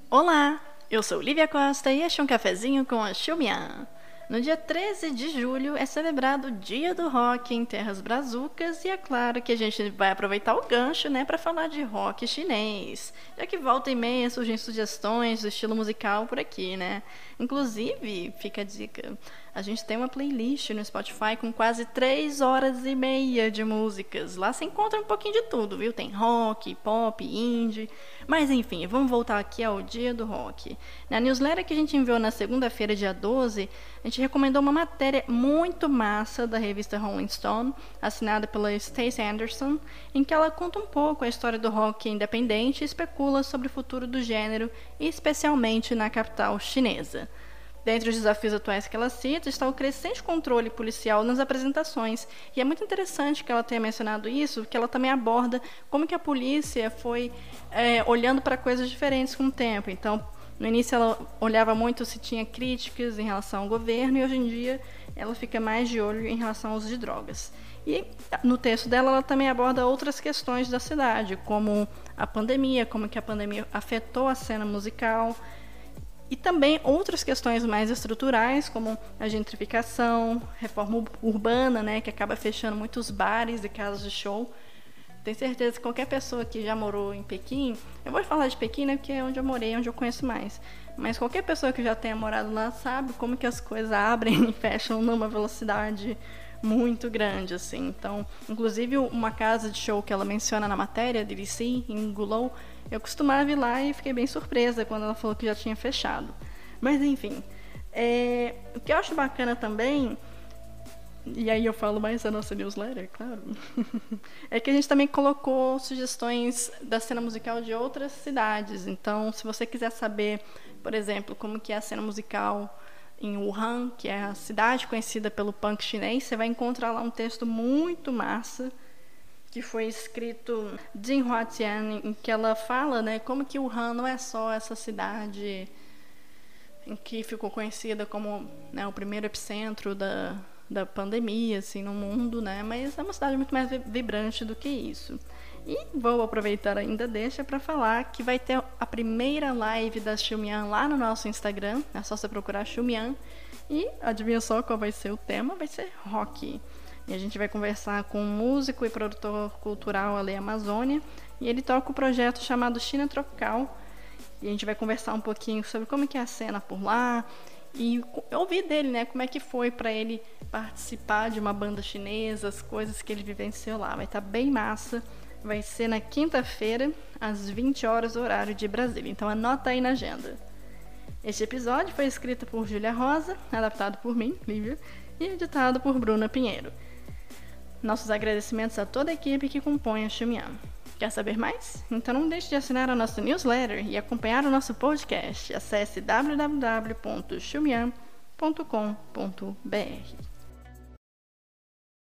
Olá, eu sou Lívia Costa e este é um cafezinho com a Xumian. No dia 13 de julho é celebrado o Dia do Rock em terras brazucas e é claro que a gente vai aproveitar o gancho, para falar de rock chinês, já que volta e meia surgem sugestões do estilo musical por aqui, né? Inclusive, fica a dica, a gente tem uma playlist no Spotify com quase 3 horas e meia de músicas. Lá você encontra um pouquinho de tudo, viu? Tem rock, pop, indie. Mas enfim, vamos voltar aqui ao Dia do Rock. Na newsletter que a gente enviou na segunda-feira, dia 12, a gente recomendou uma matéria muito massa da revista Rolling Stone, assinada pela Stacey Anderson, em que ela conta um pouco a história do rock independente e especula sobre o futuro do gênero, especialmente na capital chinesa. Dentre os desafios atuais que ela cita está o crescente controle policial nas apresentações. E é muito interessante que ela tenha mencionado isso, porque ela também aborda como que a polícia foi olhando para coisas diferentes com o tempo. Então, no início ela olhava muito se tinha críticas em relação ao governo e hoje em dia ela fica mais de olho em relação ao uso de drogas. E no texto dela ela também aborda outras questões da cidade, como a pandemia, como que a pandemia afetou a cena musical, e também outras questões mais estruturais, como a gentrificação, reforma urbana, que acaba fechando muitos bares e casas de show. Tenho certeza que qualquer pessoa que já morou em Pequim, eu vou falar de Pequim, porque é onde eu morei, onde eu conheço mais, mas qualquer pessoa que já tenha morado lá sabe como que as coisas abrem e fecham numa velocidade muito grande, assim. Então, inclusive uma casa de show que ela menciona na matéria, DVC, em Gulou, eu costumava ir lá e fiquei bem surpresa quando ela falou que já tinha fechado. Mas enfim, o que eu acho bacana também, e aí eu falo mais da nossa newsletter, claro, é que a gente também colocou sugestões da cena musical de outras cidades. Então, se você quiser saber, por exemplo, como que é a cena musical em Wuhan, que é a cidade conhecida pelo punk chinês, você vai encontrar lá um texto muito massa que foi escrito Jin Huatian, em que ela fala, como que Wuhan não é só essa cidade em que ficou conhecida como o primeiro epicentro da pandemia assim, no mundo, mas é uma cidade muito mais vibrante do que isso. E vou aproveitar ainda para falar que vai ter a primeira live da Xumian lá no nosso Instagram, é só você procurar Xumian, e adivinha só qual vai ser o tema? Vai ser rock. E a gente vai conversar com um músico e produtor cultural ali Amazônia, e ele toca um projeto chamado China Tropical, e a gente vai conversar um pouquinho sobre como que é a cena por lá, e ouvir dele, como é que foi para ele participar de uma banda chinesa, as coisas que ele vivenciou lá. Vai estar bem massa, vai ser na quinta-feira, às 20 horas, horário de Brasília, então anota aí na agenda. Este episódio foi escrito por Júlia Rosa, adaptado por mim, Lívia, e editado por Bruna Pinheiro. Nossos agradecimentos a toda a equipe que compõe a Xumian. Quer saber mais? Então não deixe de assinar a nossa newsletter e acompanhar o nosso podcast. Acesse www.xumian.com.br.